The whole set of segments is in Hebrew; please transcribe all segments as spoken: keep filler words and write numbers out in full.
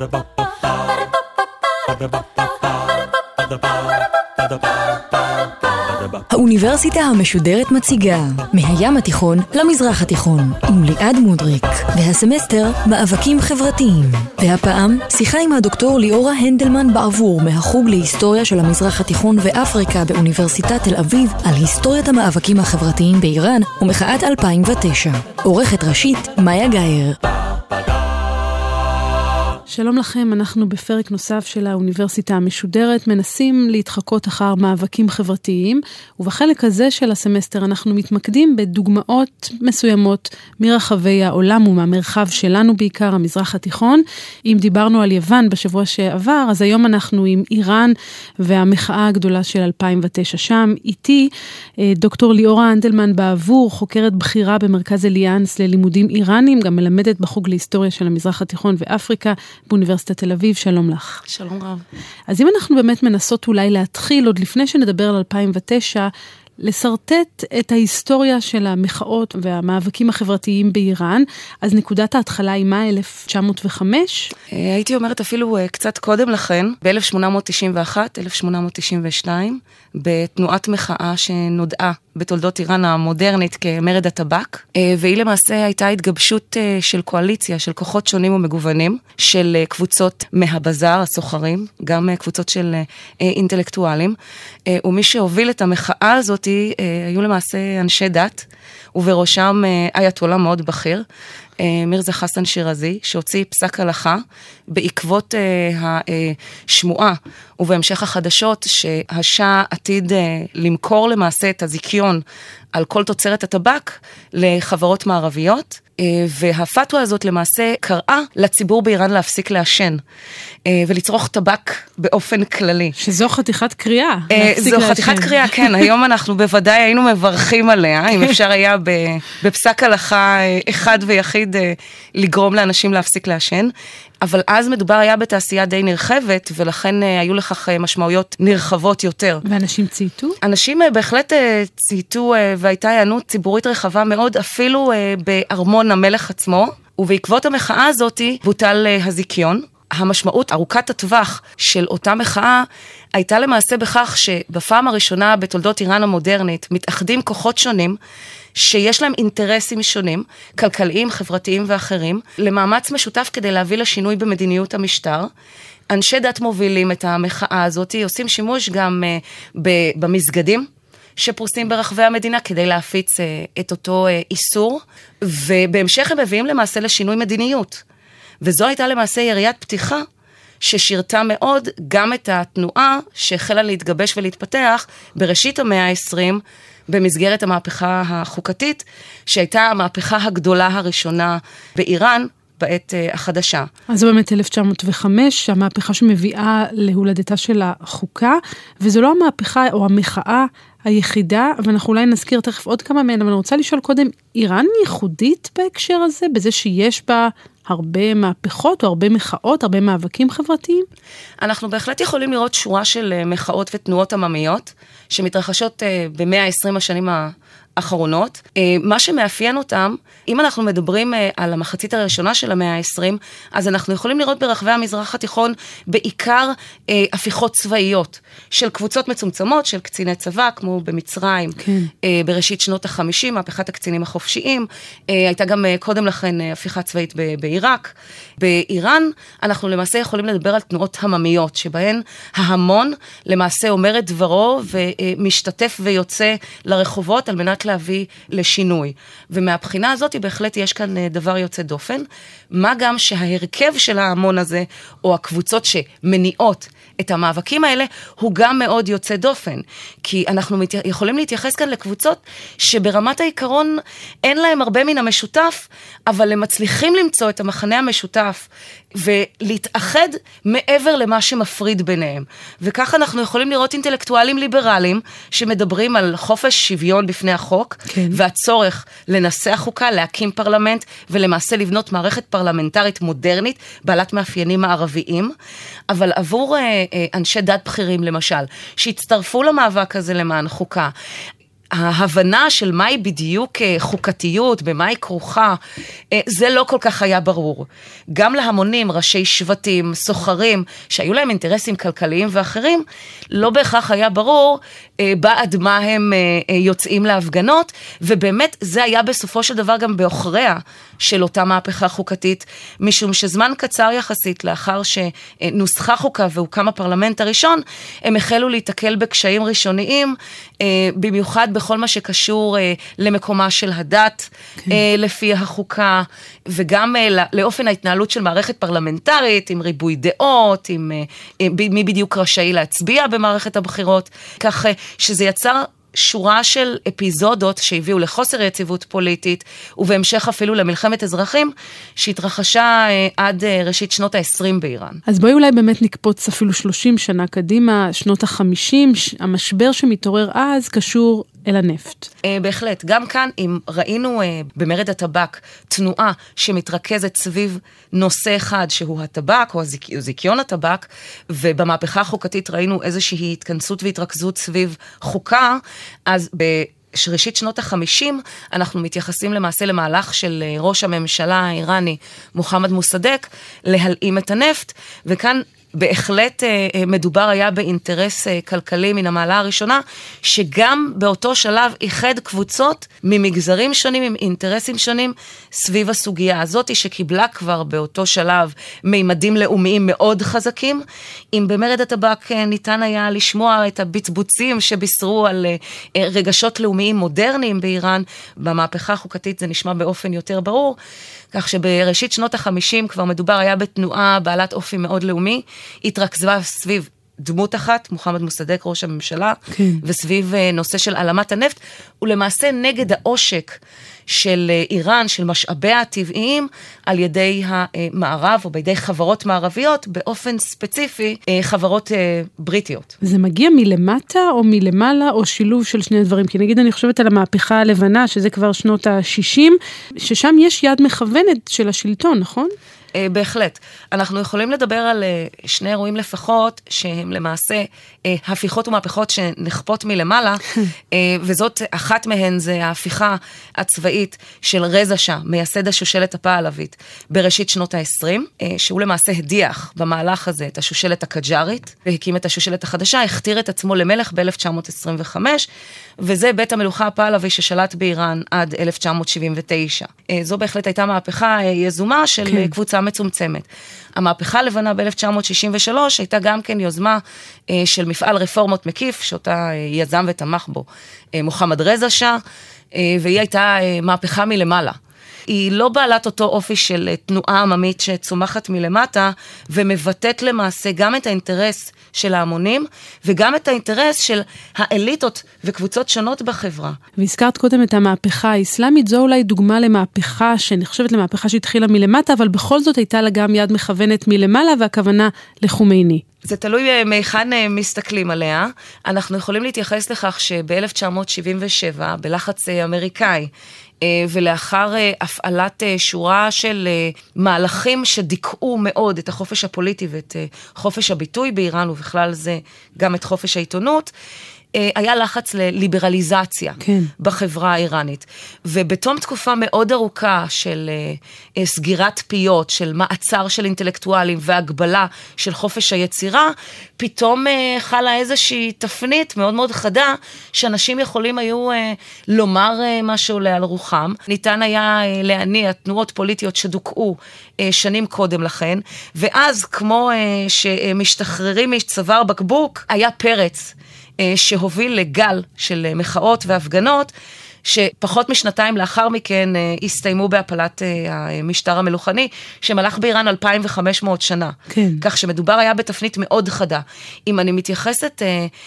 האוניברסיטה המשודרת מציגה מהים התיכון למזרח התיכון עם ליעד מודריק, והסמסטר מאבקים חברתיים, והפעם שיחה עם הדוקטור ליאורה הנדלמן בעבור מהחוג להיסטוריה של המזרח התיכון ואפריקה באוניברסיטת תל אביב על היסטוריית המאבקים החברתיים באיראן ומחאת אלפיים ותשע. עורכת ראשית מאיה גייר. שלום לכם, אנחנו בפרק נוסף של האוניברסיטה המשודרת, מנסים להתחקות אחר מאבקים חברתיים, ובחלק הזה של הסמסטר אנחנו מתמקדים בדוגמאות מסוימות מרחבי העולם ומהמרחב שלנו בעיקר, המזרח התיכון. אם דיברנו על יוון בשבוע שעבר, אז היום אנחנו עם איראן והמחאה הגדולה של אלפיים ותשע שם. איתי דוקטור ליאורה הנדלמן בעבור, חוקרת בחירה במרכז אליאנס ללימודים איראנים, גם מלמדת בחוג להיסטוריה של המזרח התיכון ואפריקה, באוניברסיטת תל אביב. שלום לך. שלום רב. אז אם אנחנו באמת מנסות אולי להתחיל, עוד לפני שנדבר על אלפיים ותשע, לסרטט את ההיסטוריה של המחאות והמאבקים החברתיים באיראן, אז נקודת ההתחלה היא מה, אלף תשע מאות וחמש? הייתי אומרת אפילו קצת קודם לכן, ב-אלף שמונה מאות תשעים ואחת, אלף שמונה מאות תשעים ושתיים, בתנועת מחאה שנודעה בתולדות איראן המודרנית כמרד הטבק, והיא למעשה הייתה התגבשות של קואליציה, של כוחות שונים ומגוונים, של קבוצות מהבזאר, הסוחרים, גם קבוצות של אינטלקטואלים, ומי שהוביל את המחאה הזאת היו למעשה אנשי דת, ובראשם אייתולה מאוד בכיר, מירזה חסן שירזי, שהוציא פסק הלכה בעקבות השמועה ובהמשך החדשות שהשאה עתיד למכור למעשה את הזיכיון על כל תוצרת הטבק לחברות מערביות, והפתווה הזאת למעשה קראה לציבור באיראן להפסיק לעשן ולצרוך טבק באופן כללי. שזו חתיכת קריאה. זו חתיכת קריאה, כן. היום אנחנו בוודאי היינו מברכים עליה, אם אפשר היה בפסק הלכה אחד ויחיד לגרום לאנשים להפסיק לעשן. אבל אז מדובר היה בתעשייה די נרחבת, ולכן היו לכך משמעויות נרחבות יותר. ואנשים צייתו? אנשים בהחלט צייתו, והייתה הענות ציבורית רחבה מאוד, אפילו בארמון המלך עצמו, ובעקבות המחאה הזאת בוטל הזיכיון. המשמעות ארוכת הטווח של אותה מחאה הייתה למעשה בכך שבפעם הראשונה בתולדות איראן המודרנית מתאחדים כוחות שונים שיש להם אינטרסים שונים, כלכליים, חברתיים ואחרים, למאמץ משותף כדי להביא לשינוי במדיניות המשטר. אנשי דת מובילים את המחאה הזאת, עושים שימוש גם uh, במסגדים שפרוסים ברחבי המדינה כדי להפיץ uh, את אותו uh, איסור, ובהמשך הם מביאים למעשה לשינוי מדיניות. וזו הייתה למעשה יריית פתיחה ששירתה מאוד גם את התנועה שהחלה להתגבש ולהתפתח בראשית המאה ה-עשרים במסגרת המהפכה החוקתית, שהייתה המהפכה הגדולה הראשונה באיראן בעת החדשה. אז זו באמת אלף תשע מאות וחמש, המהפכה שמביאה להולדתה של החוקה, וזו לא המהפכה או המחאה היחידה, ואנחנו אולי נזכיר תכף עוד כמה מהן, אבל אני רוצה לשאול קודם, איראן ייחודית בהקשר הזה, בזה שיש בה הרבה מהפכות או הרבה מחאות, הרבה מאבקים חברתיים? אנחנו בהחלט יכולים לראות שורה של מחאות ותנועות עממיות, שמתרחשות ב-מאה ועשרים השנים האחרונות. מה שמאפיין אותם, אם אנחנו מדברים על המחצית הראשונה של המאה העשרים, אז אנחנו יכולים לראות ברחבי המזרח התיכון בעיקר הפיכות צבאיות של קבוצות מצומצמות, של קציני צבא, כמו במצרים, כן. בראשית שנות החמישים, מהפכת הקצינים החופשיים, הייתה גם קודם לכן הפיכה צבאית בעיראק. באיראן אנחנו למעשה יכולים לדבר על תנועות הממיות, שבהן ההמון למעשה אומר את דברו ומשתתף ויוצא לרחובות על מנת להביא לשינוי. ומהבחינה הזאת בהחלט יש כאן דבר יוצא דופן, מה גם שההרכב של ההמון הזה, או הקבוצות שמניעות את המאבקים האלה, הוא גם מאוד יוצא דופן. כי אנחנו יכולים להתייחס כאן לקבוצות שברמת העיקרון אין להם הרבה מן המשותף, אבל הם מצליחים למצוא את המחנה המשותף ולהתאחד מעבר למה שמפריד ביניהם. וכך אנחנו יכולים לראות אינטלקטואלים ליברליים שמדברים על חופש שוויון בפני החוק, כן. והצורך לנסח חוקה, להקים פרלמנט ולמעשה לבנות מערכת פרלמנטרית מודרנית, בעלת מאפיינים מערביים, אבל עבור אה, אה, אנשי דת בכירים למשל, שהצטרפו למאבק הזה למען חוקה, ההבנה של מהי בדיוק חוקתיות, במה היא כרוכה, זה לא כל כך היה ברור. גם להמונים, ראשי שבטים, סוחרים, שהיו להם אינטרסים כלכליים ואחרים, לא בהכרח היה ברור בעד מה הם יוצאים להפגנות, ובאמת זה היה בסופו של דבר גם באוכריה של אותה מהפכה חוקתית, משום שזמן קצר יחסית לאחר שנוסחה חוקה והוקם הפרלמנט הראשון, הם החלו להתקל בקשיים ראשוניים, במיוחד בכל מה שקשור למקומה של הדת, כן. לפי החוקה, וגם לאופן ההתנהלות של מערכת פרלמנטרית, עם ריבוי דעות, עם מי בדיוק רשאי להצביע במערכת הבחירות, כך שזה יצר שורה של אפיזודות שהביאו לחוסר יציבות פוליטית, ובהמשך אפילו למלחמת אזרחים, שהתרחשה עד ראשית שנות ה-עשרים באיראן. אז בואי אולי באמת נקפוץ אפילו שלושים שנה קדימה, שנות ה-חמישים, המשבר שמתעורר אז קשור אל הנפט. בהחלט. גם כאן, אם ראינו במרד הטבק תנועה שמתרכזת סביב נושא אחד, שהוא הטבק, או זיכיון הטבק, ובמהפכה החוקתית ראינו איזושהי התכנסות והתרכזות סביב חוקה, אז בראשית שנות ה-חמישים אנחנו מתייחסים למעשה למהלך של ראש הממשלה האיראני, מוחמד מוסדק, להלאים את הנפט, וכאן בהחלט מדובר היה באינטרס כלכלי מן המעלה הראשונה, שגם באותו שלב איחד קבוצות ממגזרים שונים, עם אינטרסים שונים, סביב הסוגיה הזאת, שקיבלה כבר באותו שלב מימדים לאומיים מאוד חזקים. אם במרד הטבק ניתן היה לשמוע את הבצבוצים שבישרו על רגשות לאומיים מודרניים באיראן, במהפכה החוקתית זה נשמע באופן יותר ברור, כך שבראשית שנות ה-חמישים כבר מדובר היה בתנועה בעלת אופי מאוד לאומי, התרכזה סביב דמות אחת, מוחמד מוסדק, ראש הממשלה, כן. וסביב נושא של העלמת הנפט, ולמעשה נגד העושק של איראן, של משאביה הטבעיים, על ידי המערב, או בידי חברות מערביות, באופן ספציפי, חברות בריטיות. זה מגיע מלמטה או מלמעלה, או שילוב של שני דברים? כי נגיד אני חושבת על המהפכה הלבנה, שזה כבר שנות ה-שישים, ששם יש יד מכוונת של השלטון, נכון? בהחלט. אנחנו יכולים לדבר על שני אירועים לפחות, שהם למעשה הפיכות ומהפכות שנחפות מלמעלה, וזאת אחת מהן זה ההפיכה הצבאית של רזה שאה, מייסד השושלת הפעלבית, בראשית שנות ה-עשרים, שהוא למעשה הדיח במהלך הזה את השושלת הקג'ארית, והקים את השושלת החדשה, הכתיר את עצמו למלך ב-אלף תשע מאות עשרים וחמש, וזה בית המלוכה הפעלבי ששלט באיראן עד אלף תשע מאות שבעים ותשע. זו בהחלט הייתה מהפכה יזומה של כן. קבוצה מצומצמת. המהפכה הלבנה ב-אלף תשע מאות שישים ושלוש הייתה גם כן יוזמה אה, של מפעל רפורמות מקיף, שאותה אה, יזם ותמך בו אה, מוחמד רזה שאה, אה, והיא הייתה אה, מהפכה מלמעלה. היא לא בעלת אותו אופי של אה, תנועה עממית שצומחת מלמטה, ומבטאת למעשה גם את האינטרס של ההמונים, וגם את האינטרס של האליטות וקבוצות שונות בחברה. והזכרת קודם את המהפכה האסלאמית, זו אולי דוגמה למהפכה שנחשבת למהפכה שהתחילה מלמטה, אבל בכל זאת הייתה לה גם יד מכוונת מלמעלה, והכוונה לחומייני. זה תלוי מהיכן מסתכלים עליה. אנחנו יכולים להתייחס לכך שב-אלף תשע מאות שבעים ושבע, בלחץ אמריקאי, ולאחר הפעלת שורה של מהלכים שדיכאו מאוד את החופש הפוליטי ואת חופש הביטוי באיראן, ובכלל זה גם את חופש העיתונות, היה לחץ לליברליזציה כן. בחברה האיראנית. ובתום תקופה מאוד ארוכה של uh, סגירת פיות, של מעצר של אינטלקטואלים והגבלה של חופש היצירה, פתאום uh, חלה איזושהי תפנית מאוד מאוד חדה, שאנשים יכולים היו uh, לומר uh, מה שעולה על רוחם. ניתן היה uh, להניע תנועות פוליטיות שדוכאו uh, שנים קודם לכן, ואז כמו uh, שמשתחררים מצוואר בקבוק, היה פרץ, שהוביל לגל של מחאות והפגנות, שפחות משנתיים לאחר מכן הסתיימו בהפלת המשטר המלוכני, שמלך באיראן אלפיים וחמש מאות שנה. כן. כך שמדובר היה בתפנית מאוד חדה. אם אני מתייחסת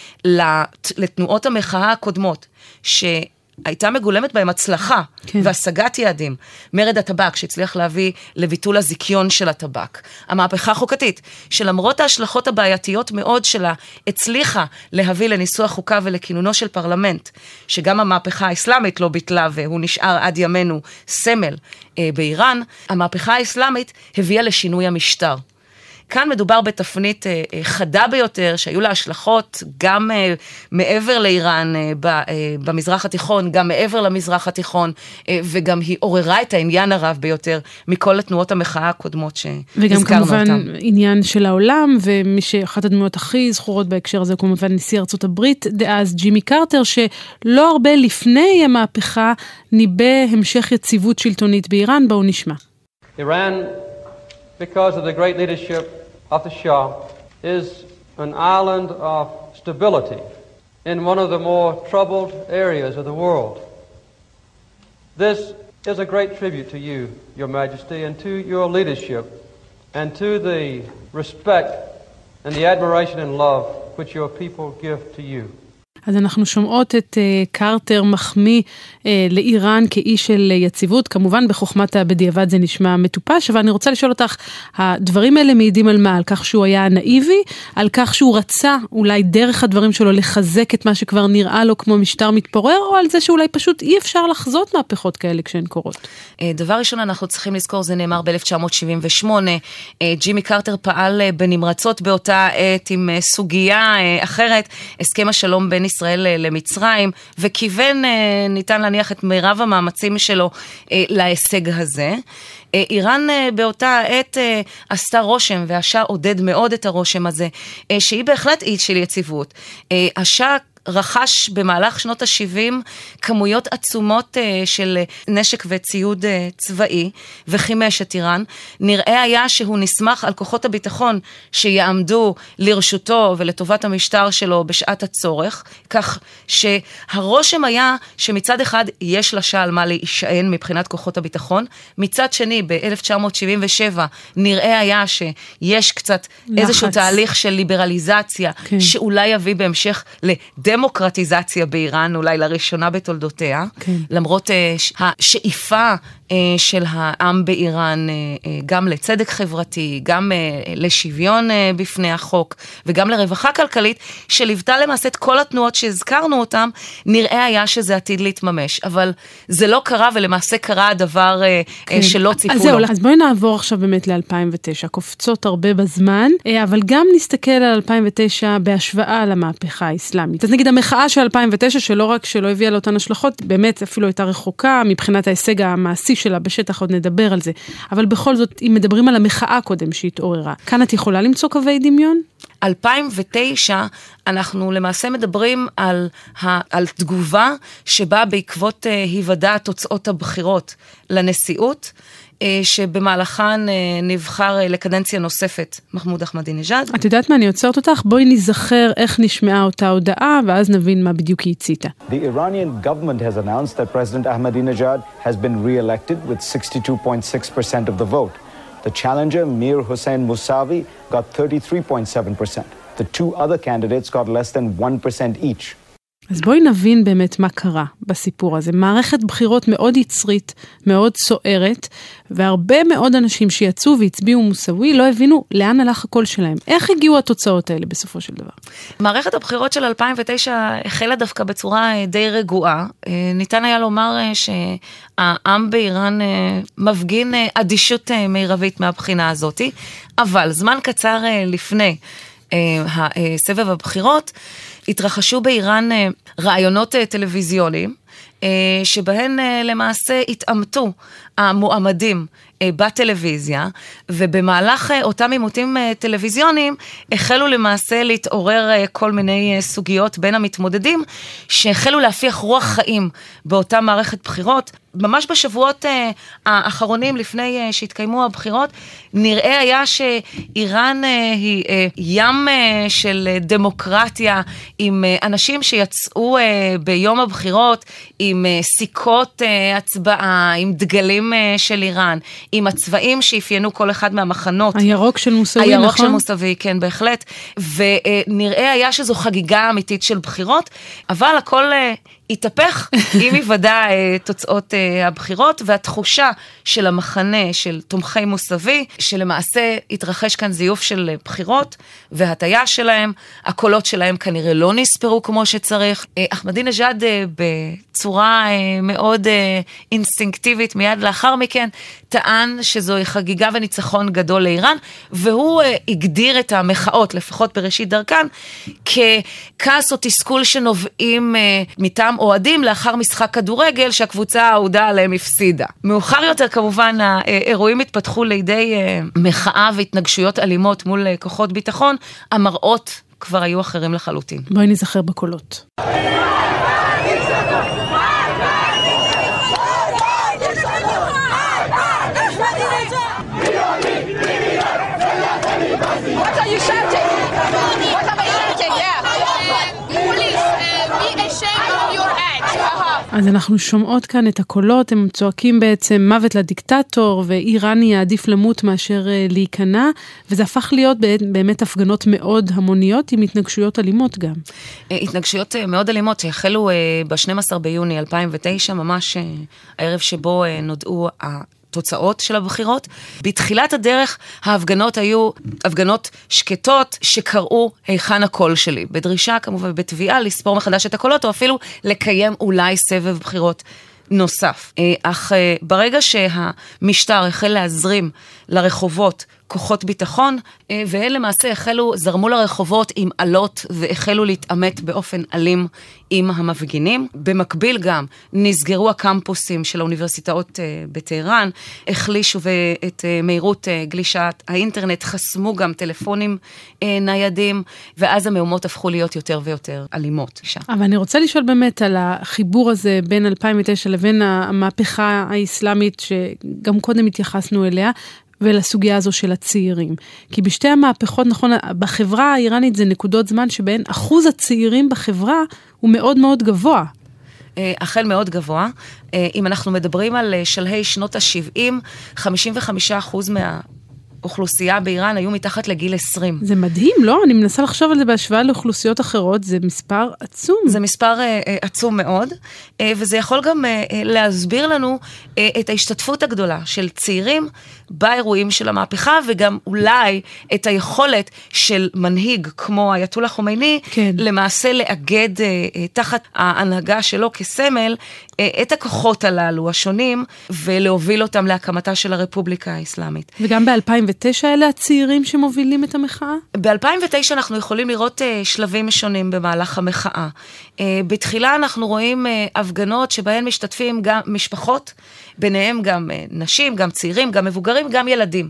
לתנועות המחאה הקודמות, ש... הייתה מגולמת בהם הצלחה כן. והשגת יעדים. מרד הטבק שהצליח להביא לביטול הזיכיון של הטבק. המהפכה החוקתית, שלמרות ההשלכות הבעייתיות מאוד שלה, הצליחה להביא לניסוח חוקה ולכינונו של פרלמנט, שגם המהפכה האסלאמית לא ביטלה, והוא נשאר עד ימינו סמל אה, באיראן. המהפכה האסלאמית הביאה לשינוי המשטר. כאן מדובר בתפנית חדה ביותר, שהיו לה השלכות גם מעבר לאיראן במזרח התיכון, גם מעבר למזרח התיכון, וגם היא עוררה את העניין הרב ביותר מכל התנועות המחאה הקודמות שהזכרנו אותם. וגם כמובן עניין של העולם, ומי שאחת הדמויות הכי זכורות בהקשר הזה, כמובן נשיא ארצות הברית, דאז ג'ימי קרטר, שלא הרבה לפני המהפכה ניבא המשך יציבות שלטונית באיראן. בואו נשמע. Iran, because of the great leadership of the Shah, is an island of stability in one of the more troubled areas of the world. This is a great tribute to you, Your Majesty, and to your leadership, and to the respect and the admiration and love which your people give to you. אז אנחנו שומעות את uh, קרטר מחמיא uh, לאיראן כאיש של יציבות, כמובן בחוכמת הבדיעבד זה נשמע מטופש, אבל אני רוצה לשאול אותך, הדברים האלה מעידים על מה? על כך שהוא היה נאיבי? על כך שהוא רצה אולי דרך הדברים שלו לחזק את מה שכבר נראה לו כמו משטר מתפורר, או על זה שאולי פשוט אי אפשר לחזות מהפכות כאלה כשהן קורות? דבר ראשון אנחנו צריכים לזכור, זה נאמר ב-אלף תשע מאות שבעים ושמונה, ג'ימי קרטר פעל בנמרצות באותה עת עם סוגיה אחרת, הסכם השלום בין ישראל למצרים, וכיוון ניתן להניח את מירב המאמצים שלו להישג הזה. איראן באותה עת עשתה רושם, והשאה עודד מאוד את הרושם הזה, שהיא בהחלט אי של יציבות. השאה רכש במהלך שנות ה-שבעים כמויות עצומות של נשק וציוד צבאי, וחימש את איראן. נראה היה שהוא נסמך על כוחות הביטחון שיעמדו לרשותו ולטובת המשטר שלו בשעת הצורך, כך שהרושם היה שמצד אחד יש לשאה על מה להישען מבחינת כוחות הביטחון, מצד שני ב-אלף תשע מאות שבעים ושבע נראה היה שיש קצת לחץ. איזשהו תהליך של ליברליזציה, כן. שאולי יביא בהמשך לדמוקרטיה, דמוקרטיזציה באיראן, אולי לראשונה בתולדותיה, כן. למרות uh, השאיפה uh, של העם באיראן, uh, גם לצדק חברתי, גם uh, לשוויון uh, בפני החוק, וגם לרווחה כלכלית, שליוותה למעשה את כל התנועות שהזכרנו אותם, נראה היה שזה עתיד להתממש, אבל זה לא קרה, ולמעשה קרה הדבר uh, כן. uh, שלא ציפו אז לו. זהו, אז בואי נעבור עכשיו באמת ל-אלפיים ותשע, קופצות הרבה בזמן, uh, אבל גם נסתכל על אלפיים ותשע בהשוואה למהפכה האסלאמית. אז נגיד המחאה של אלפיים ותשע, שלא רק שלא הביאה לאותן השלכות, באמת אפילו הייתה רחוקה, מבחינת ההישג המעשי שלה בשטח, עוד נדבר על זה. אבל בכל זאת, אם מדברים על המחאה קודם שהתעוררה, כאן את יכולה למצוא קווי דמיון? אלפיים ותשע, אנחנו למעשה מדברים על, ה, על תגובה שבה בעקבות uh, היוודע תוצאות הבחירות לנשיאות, שבמהלכן נבחר לקדנציה נוספת מחמוד אחמדינג'אד. את יודעת מה, אני עוצרת אותך, בואי נזכר איך נשמעה אותה הודעה, ואז נבין מה בדיוק היא הציתה. The Iranian government has announced that President Ahmadinejad has been re-elected with sixty-two point six percent of the vote. The challenger, Mir Hossein Mousavi, got thirty-three point seven percent. The two other candidates got less than one percent each. אז בואי נבין באמת מה קרה בסיפור הזה. מערכת בחירות מאוד יצרית, מאוד סוערת, והרבה מאוד אנשים שיצאו והצביעו מוסאווי לא הבינו לאן הלך הקול שלהם. איך הגיעו התוצאות האלה בסופו של דבר? מערכת הבחירות של אלפיים ותשע החלה דווקא בצורה די רגועה. ניתן היה לומר שהעם באיראן מפגין אדישות מירבית מהבחינה הזאת, אבל זמן קצר לפני הסבב הבחירות, התרחשו באיראן רעיונות טלוויזיוניים, שבהן למעשה התאמתו המועמדים בטלוויזיה, ובמהלך אותם עימותים טלוויזיוניים החלו למעשה להתעורר כל מיני סוגיות בין המתמודדים, שהחלו להפיח רוח חיים באותה מערכת בחירות. ממש בשבועות האחרונים לפני שהתקיימו הבחירות, נראה היה שאיראן היא ים של דמוקרטיה, עם אנשים שיצאו ביום הבחירות, עם סיכות הצבעה, עם דגלים של איראן, עם הצבעים שאפיינו כל אחד מהמחנות. הירוק של מוסאווי, הירוק נכון? של מוסאווי, כן, בהחלט. ונראה היה שזו חגיגה אמיתית של בחירות, אבל הכל התהפך עם היוודע תוצאות הבחירות, והתחושה של המחנה, של תומכי מוסבי, שלמעשה התרחש כאן זיוף של בחירות, והטיה שלהם, הקולות שלהם כנראה לא נספרו כמו שצריך. אחמדינג'אד בצורה מאוד אינסטינקטיבית מיד לאחר מכן, טען שזוהי חגיגה וניצחון גדול לאיראן, והוא הגדיר את המחאות, לפחות בראשית דרכן, ככעס או תסכול שנובעים מטעם אוהדים לאחר משחק כדורגל שהקבוצה האהודה עליהם הפסידה. מאוחר יותר כמובן האירועים התפתחו לידי מחאה והתנגשויות אלימות מול כוחות ביטחון, המראות כבר היו אחרים לחלוטין. בואי נזכר בקולות. What are you shouting? What am I shouting? Yeah. Police, uh, be ashamed of your act. אז אנחנו שומעות כאן את הקולות, הם צועקים בעצם מוות לדיקטטור, ואיראני יעדיף למות מאשר להיכנע, וזה הפך להיות באמת הפגנות מאוד המוניות, עם התנגשויות אלימות גם. התנגשויות מאוד אלימות, שהחלו ב-שנים עשר ביוני אלפיים ותשע, ממש הערב שבו נודעו תוצאות של הבחירות. בתחילת הדרך ההפגנות היו הפגנות שקטות שקראו היכן הקול שלי, בדרישה כמובן בתביעה לספור מחדש את הקולות, או אפילו לקיים אולי סבב בחירות נוסף. אך ברגע שהמשטר החל להזרים לרחובות כוחות ביטחון, והן למעשה החלו, זרמו לרחובות עם עלות, והחלו להתעמת באופן אלים עם המפגינים. במקביל גם נסגרו הקמפוסים של האוניברסיטאות בטהרן, החלישו את מהירות גלישת האינטרנט, חסמו גם טלפונים ניידים, ואז המהומות הפכו להיות יותר ויותר אלימות. אבל אני רוצה לשאול באמת על החיבור הזה בין אלפיים ותשע לבין המהפכה האסלאמית, שגם קודם התייחסנו אליה, ולסוגיה הזו של הצעירים. כי בשתי המהפכות, נכון, בחברה האיראנית זה נקודות זמן שבהן אחוז הצעירים בחברה הוא מאוד מאוד גבוה. אכן מאוד גבוה. אם אנחנו מדברים על שלהי שנות ה-שבעים, חמישים וחמישה אחוז מה... אוכלוסייה באיראן היו מתחת לגיל עשרים. זה מדהים, לא? אני מנסה לחשוב על זה בהשוואה לאוכלוסיות אחרות, זה מספר עצום. זה מספר אה, אה, עצום מאוד, אה, וזה יכול גם אה, אה, להסביר לנו אה, את ההשתתפות הגדולה של צעירים באירועים של המהפכה, וגם אולי את היכולת של מנהיג כמו אייתוללה חומייני, כן. למעשה לאגד אה, אה, תחת ההנהגה שלו כסמל, אה, את הכוחות הללו השונים, ולהוביל אותם להקמתה של הרפובליקה האסלאמית. וגם ב-אלפיים ותשע אלה הצעירים שמובילים את המחאה? ב-אלפיים ותשע אנחנו יכולים לראות uh, שלבים שונים במהלך המחאה. Uh, בתחילה אנחנו רואים uh, הפגנות שבהן משתתפים גם משפחות, ביניהם גם uh, נשים, גם צעירים, גם מבוגרים, גם ילדים.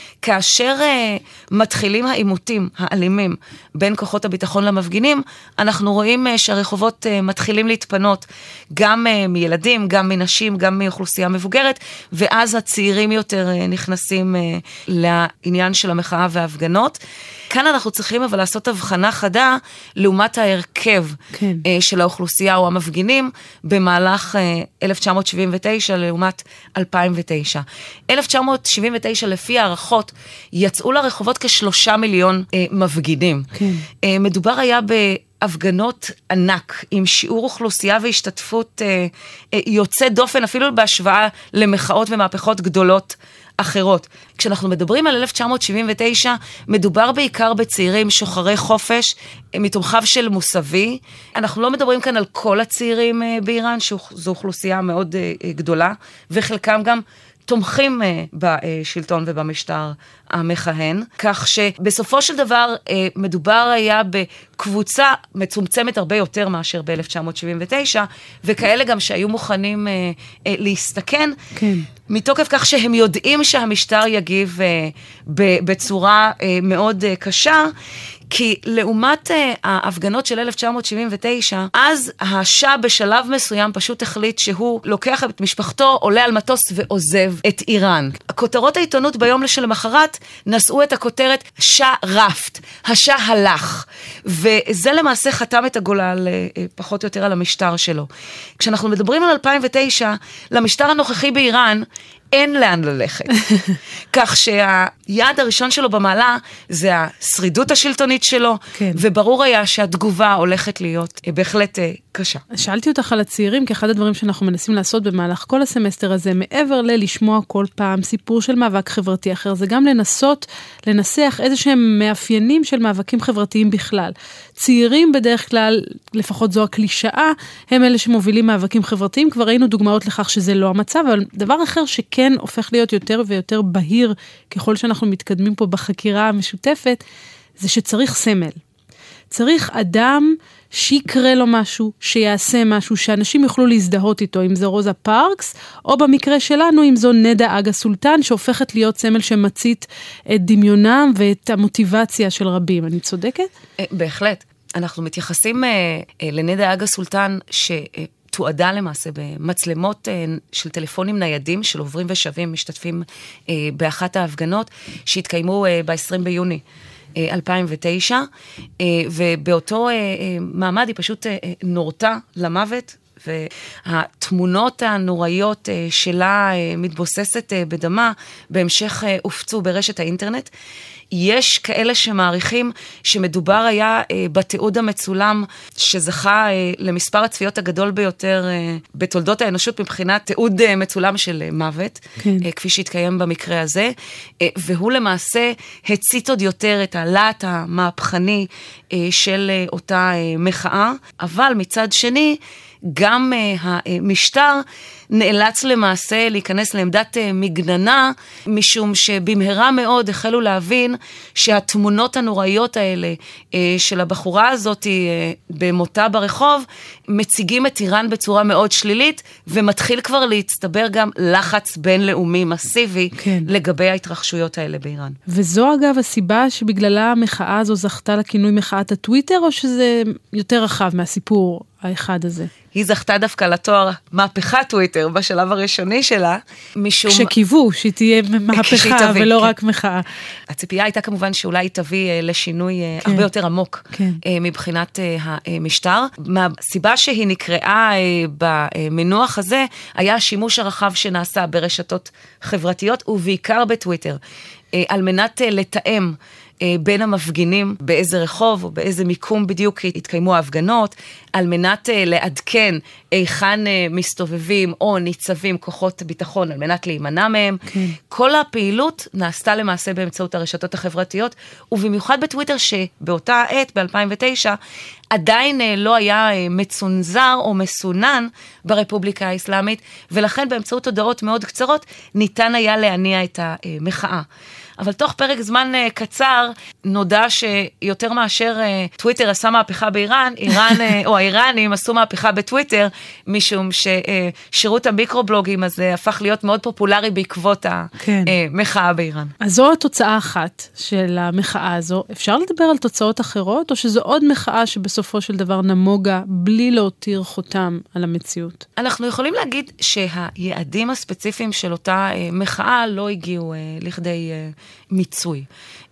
כאשר uh, מתחילים העימותים האלימים בין כוחות הביטחון למפגינים, אנחנו רואים uh, שהרחובות uh, מתחילים להתפנות גם uh, מילדים, גם מנשים, גם מאוכלוסייה מבוגרת, ואז הצעירים יותר uh, נכנסים uh, לעניין של המחאה וההפגנות. כאן אנחנו צריכים אבל לעשות הבחנה חדה לעומת ההרכב כן. uh, של האוכלוסייה או המפגינים במהלך uh, אלף תשע מאות שבעים ותשע לעומת אלפיים ותשע. אלף תשע מאות שבעים ותשע לפי הערכות יצאו לרחובות כשלושה מיליון uh, מפגינים. כן. Uh, מדובר היה בהפגנות ענק, עם שיעור אוכלוסייה והשתתפות uh, uh, יוצא דופן, אפילו בהשוואה למחאות ומהפכות גדולות אחרות. כשאנחנו מדברים על אלף תשע מאות שבעים ותשע, מדובר בעיקר בצעירים שוחרי חופש, מתומכיו של מוסבי. אנחנו לא מדברים כאן על כל הצעירים באיראן, שזו אוכלוסייה מאוד גדולה, וחלקם גם תומכים בשלטון ובמשטר המכהן, כך שבסופו של דבר מדובר היה בקבוצה מצומצמת הרבה יותר מאשר ב-אלף תשע מאות שבעים ותשע, וכאלה גם שהיו מוכנים להסתכן, כן. מתוקף כך שהם יודעים שהמשטר יגיב בצורה מאוד קשה, כי לעומת uh, ההפגנות של אלף תשע מאות שבעים ותשע, אז השאה בשלב מסוים פשוט החליט שהוא לוקח את משפחתו, עולה על מטוס ועוזב את איראן. הכותרות העיתונות ביום שלמחרת נשאו את הכותרת שאה רפט, השאה הלך, וזה למעשה חתם את הגולל uh, פחות או יותר על המשטר שלו. כשאנחנו מדברים על אלפיים ותשע, למשטר הנוכחי באיראן, אין לאן ללכת. כך שהיעד הראשון שלו במעלה זה השרידות השלטונית שלו, כן. וברור היה שהתגובה הולכת להיות בהחלט קשה. שאלתי אותך על הצעירים, כי אחד הדברים שאנחנו מנסים לעשות במהלך כל הסמסטר הזה, מעבר ללשמוע כל פעם סיפור של מאבק חברתי אחר, זה גם לנסות, לנסח איזה שהם מאפיינים של מאבקים חברתיים בכלל. צעירים בדרך כלל, לפחות זו הקלישאה, הם אלה שמובילים מאבקים חברתיים, כבר ראינו דוגמאות לכך שזה לא המצב, אבל דבר אחר שכן הופך להיות יותר ויותר בהיר, ככל שאנחנו מתקדמים פה בחקירה המשותפת, זה שצריך סמל. צריך אדם שיקרה לו משהו, שיעשה משהו, שאנשים יוכלו להזדהות איתו, אם זה רוזה פארקס, או במקרה שלנו, אם זו נדה אגה סולטן, שהופכת להיות סמל שמצית את דמיונם ואת המוטיבציה של רבים. אני צודקת? בהחלט. אנחנו מתייחסים לנדה אגה סולטן, ש... תועדה למעשה במצלמות של טלפונים ניידים של עוברים ושבים משתתפים באחת ההפגנות שהתקיימו ב-עשרים ביוני אלפיים ותשע, ובאותו מעמד היא פשוט נורתה למוות, והתמונות הנוראיות שלה מתבוססת בדמה בהמשך הופצו ברשת האינטרנט. יש כאלה שמעריכים שמדובר היה אה, בתיעוד המצולם שזכה אה, למספר הצפיות הגדול ביותר אה, בתולדות האנושות מבחינת תיעוד אה, מצולם של אה, מוות, כן. אה, כפי שהתקיים במקרה הזה, אה, והוא למעשה הצית עוד יותר את הלהט המהפכני אה, של אה, אותה אה, מחאה, אבל מצד שני, גם uh, המשטר נאלץ למעשה להיכנס לעמדת uh, מגננה, משום שבמהרה מאוד החלו להבין שהתמונות הנוראיות האלה uh, של הבחורה הזאת uh, במותה ברחוב, מציגים את איראן בצורה מאוד שלילית, ומתחיל כבר להצטבר גם לחץ בינלאומי מסיבי כן. לגבי ההתרחשויות האלה באיראן. וזו אגב הסיבה שבגללה המחאה הזו זכתה לכינוי מחאת הטוויטר, או שזה יותר רחב מהסיפור האחד הזה? היא זכתה דווקא לתואר מהפכת טוויטר בשלב הראשוני שלה, משום... כשקיוו שהיא תהיה מהפכה ולא כן. רק מחאה. הציפייה הייתה כמובן שאולי היא תביא לשינוי כן. הרבה יותר עמוק כן. מבחינת המשטר. מהסיבה שהיא נקראה במנוח הזה, היה השימוש הרחב שנעשה ברשתות חברתיות, ובעיקר בטוויטר, על מנת לתאם בין המפגינים באיזה רחוב או באיזה מיקום בדיוק התקיימו ההפגנות, על מנת לעדכן איכן מסתובבים או ניצבים כוחות ביטחון על מנת להימנע מהם. כן. כל הפעילות נעשתה למעשה באמצעות הרשתות החברתיות, ובמיוחד בטוויטר שבאותה עת, ב-אלפיים ותשע, עדיין לא היה מצונזר או מסונן ברפובליקה האסלאמית, ולכן באמצעות הודעות מאוד קצרות ניתן היה להניע את המחאה. אבל תוך פרק זמן uh, קצר נודע שיותר מאשר uh, טוויטר עשה מהפכה באיראן, איראן uh, או האיראנים עשו מהפכה בטוויטר, משום ששירות uh, המיקרובלוגים הזה הפך להיות מאוד פופולרי בעקבות כן. המחאה uh, באיראן. אז זו התוצאה אחת של המחאה הזו. אפשר לדבר על תוצאות אחרות, או שזו עוד מחאה שבסופו של דבר נמוגה בלי להותיר חותם על המציאות? אנחנו יכולים להגיד שהיעדים הספציפיים של אותה uh, מחאה לא הגיעו uh, לכדי... Uh, מיצוי,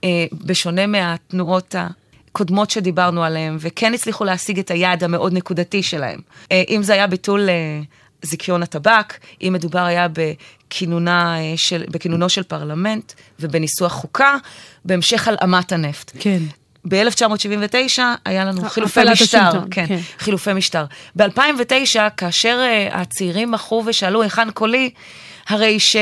בשונה מהתנועות הקודמות שדיברנו עליהן, וכן הצליחו להשיג את היעד המאוד נקודתי שלהם. אם זה היה ביטול זיכיון הטבק, אם מדובר היה בכינונה של, בכינונו של פרלמנט, ובניסוח חוקה, בהמשך הלאמת הנפט. כן. ב-אלף תשע מאות שבעים ותשע היה לנו חילופי משטר, כן, כן. חילופי משטר. ב-אלפיים ותשע, כאשר הצעירים מחו ושאלו היכן קולי, הרי ש...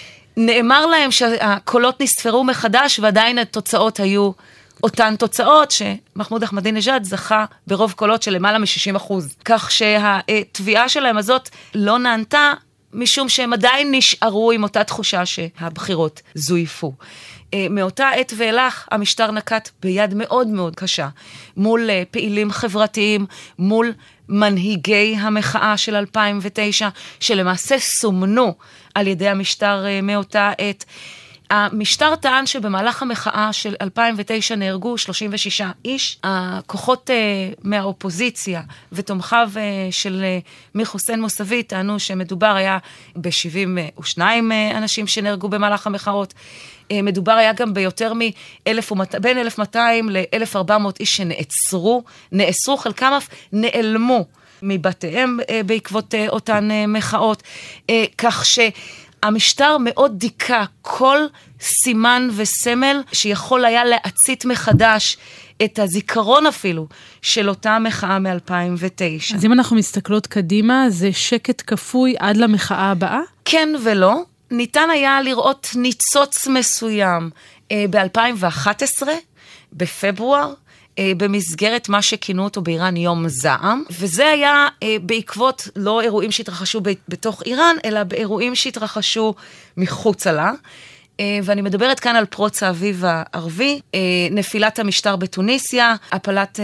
נאמר להם שהקולות נספרו מחדש, ועדיין התוצאות היו אותן תוצאות, שמחמוד אחמדינג'אד זכה ברוב קולות של למעלה מ-שישים אחוז. כך שהתביעה שלהם הזאת לא נענתה, משום שהם עדיין נשארו עם אותה תחושה שהבחירות זויפו. מאותה עת ואילך המשטר נקט ביד מאוד מאוד קשה, מול פעילים חברתיים, מול מנהיגי המחאה של אלפיים ותשע, שלמעשה סומנו על ידי המשטר מאותה עת. המשטר טען שבמהלך המחאה של אלפיים ותשע נהרגו שלושים ושישה איש. הכוחות uh, מהאופוזיציה ותומכיו uh, של uh, מיר חוסיין מוסאווי טענו שמדובר היה ב-שבעים ושניים uh, אנשים שנהרגו במהלך המחאות. Uh, מדובר היה גם ביותר מ-אלף ומאתיים, בין אלף ומאתיים ל-אלף וארבע מאות איש שנעצרו, נאסרו, חלקם אף נעלמו מבתיהם uh, בעקבות uh, אותן uh, מחאות, uh, כך ש... המשטר מאוד דיכא כל סימן וסמל שיכול היה להצית מחדש את הזיכרון אפילו של אותה מחאה מ-אלפיים ותשע. אז אם אנחנו מסתכלות קדימה, זה שקט כפוי עד למחאה הבאה? כן ולא. ניתן היה לראות ניצוץ מסוים אה, ב-אלפיים ואחת עשרה, בפברואר, אה, במסגרת מה שכינו אותו באיראן יום זעם, וזה היה אה, בעקבות לא אירועים שהתרחשו ב- בתוך איראן, אלא באירועים שהתרחשו מחוצה לה. ואני מדברת כאן על פרוץ האביב הערבי, נפילת המשטר בתוניסיה, הפלת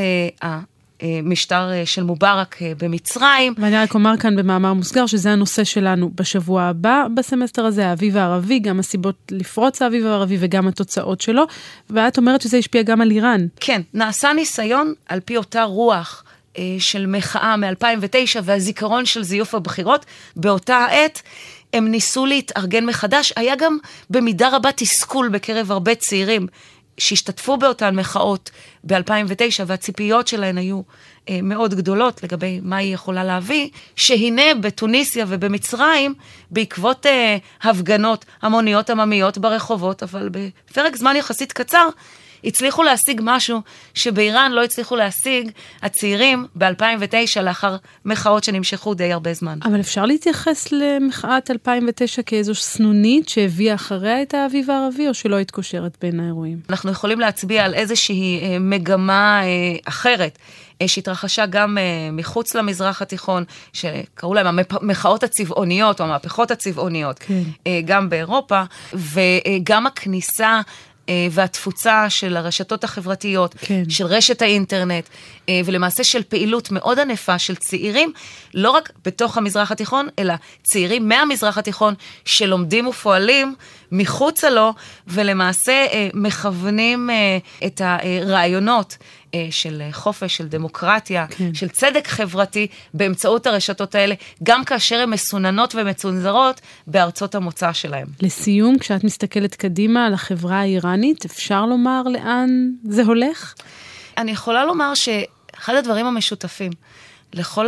המשטר של מובארק במצרים. ואני רק אומר כאן במאמר מוסגר שזה הנושא שלנו בשבוע הבא בסמסטר הזה, האביב הערבי, גם הסיבות לפרוץ האביב הערבי וגם התוצאות שלו, ואת אומרת שזה השפיע גם על איראן. כן, נעשה ניסיון על פי אותה רוח של מחאה מ-אלפיים ותשע והזיכרון של זיוף הבחירות, באותה העת הם ניסו להתארגן מחדש. היה גם במידה רבה תסכול בקרב הרבה צעירים שהשתתפו באותן מחאות ב-אלפיים ותשע, והציפיות שלהן היו אה, מאוד גדולות לגבי מה היא יכולה להביא, שהנה בתוניסיה ובמצרים, בעקבות אה, הפגנות המוניות עממיות ברחובות, אבל בפרק זמן יחסית קצר, הצליחו להשיג משהו שבאיראן לא הצליחו להשיג הצעירים ב-אלפיים ותשע לאחר מחאות שנמשכו די הרבה זמן. אבל אפשר להתייחס למחאת אלפיים ותשע כאיזו סנונית שהביאה אחריה את האביב הערבי, או שלא התקושרת בין האירועים? אנחנו יכולים להצביע על איזושהי אה, מגמה אה, אחרת, אה, שהתרחשה גם אה, מחוץ למזרח התיכון, שקראו להם המחאות הצבעוניות או המהפכות הצבעוניות, כן. אה, גם באירופה, וגם הכניסה והתפוצה של הרשתות החברתיות, כן. של רשת האינטרנט, ולמעשה של פעילות מאוד ענפה של צעירים, לא רק בתוך המזרח התיכון, אלא צעירים מהמזרח התיכון שלומדים ופועלים מחוצה לו, ולמעשה מכוונים את הרעיונות של חופש, של דמוקרטיה, כן. של צדק חברתי, באמצעות הרשתות האלה, גם כאשר הן מסוננות ומצונזרות בארצות המוצא שלהם. לסיום, כשאת מסתכלת קדימה על החברה האיראנית, אפשר לומר לאן זה הולך? אני יכולה לומר שאחד הדברים המשותפים לכל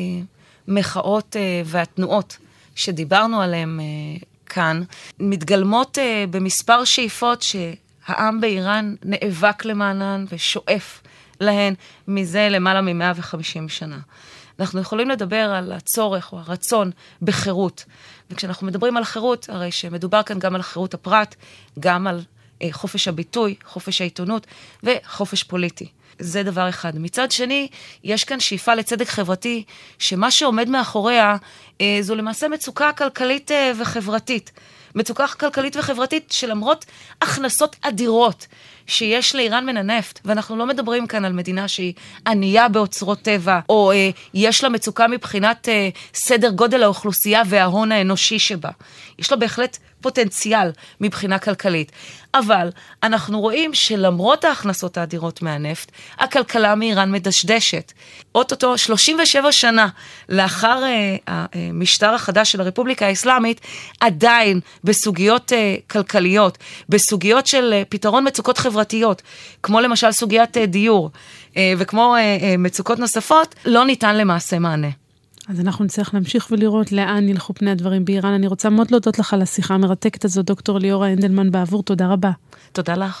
המחאות והתנועות שדיברנו עליהם כאן, מתגלמות במספר שאיפות שהעם באיראן נאבק למענן ושואף להן מזה למעלה מ-מאה וחמישים שנה. אנחנו יכולים לדבר על הצורך או הרצון בחירות, וכשאנחנו מדברים על חירות, הרי שמדובר כאן גם על חירות הפרט, גם על אה, חופש הביטוי, חופש העיתונות וחופש פוליטי. זה דבר אחד. מצד שני, יש כאן שאיפה לצדק חברתי, שמה שעומד מאחוריה אה, זו למעשה מצוקה כלכלית אה, וחברתית. מצוקה כלכלית וחברתית שלמרות הכנסות אדירות שיש לאיראן מן הנפט, ואנחנו לא מדברים כאן על מדינה שהיא ענייה באוצרות טבע, או אה, יש לה מצוקה מבחינת אה, סדר גודל האוכלוסייה וההון האנושי שבה. יש לה בהחלט פוטנציאל מבחינה כלכלית. אבל אנחנו רואים שלמרות ההכנסות האדירות מהנפט, הכלכלה מאיראן מדשדשת. אוטוטו שלושים ושבע שנה לאחר אה, המשטר החדש של הרפובליקה האסלאמית, עדיין בסוגיות אה, כלכליות, בסוגיות של אה, פתרון מצוקות חברתיות, כמו למשל סוגיית אה, דיור, אה, וכמו אה, אה, מצוקות נוספות, לא ניתן למעשה מענה. אז אנחנו נצטרך להמשיך ולראות לאן ילכו פני הדברים באיראן. אני רוצה מאוד להודות לך על השיחה המרתקת הזאת, דוקטור ליאורה הנדלמן בעבור. תודה רבה. תודה לך.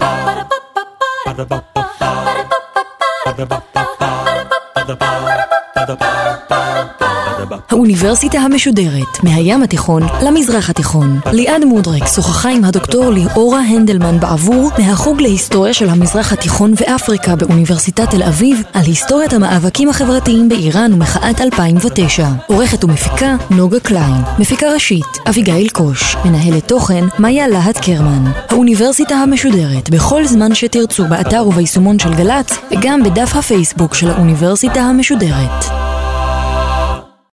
האוניברסיטה המשודרת, מהים התיכון למזרח התיכון. ליעד מודריק שוחחה עם הדוקטור ליאורה הנדלמן בעבור מהחוג להיסטוריה של המזרח התיכון ואפריקה באוניברסיטת תל אביב על היסטוריית המאבקים החברתיים באיראן ומחאת אלפיים ותשע. עורכת ומפיקה נוגה קליין. מפיקה ראשית אביגיל קוש. מנהלת תוכן מאיה להט קרמן. האוניברסיטה המשודרת בכל זמן שתרצו באתר וביישומון של גל"צ וגם בדף הפייסבוק של האוניברסיטה המשודרת.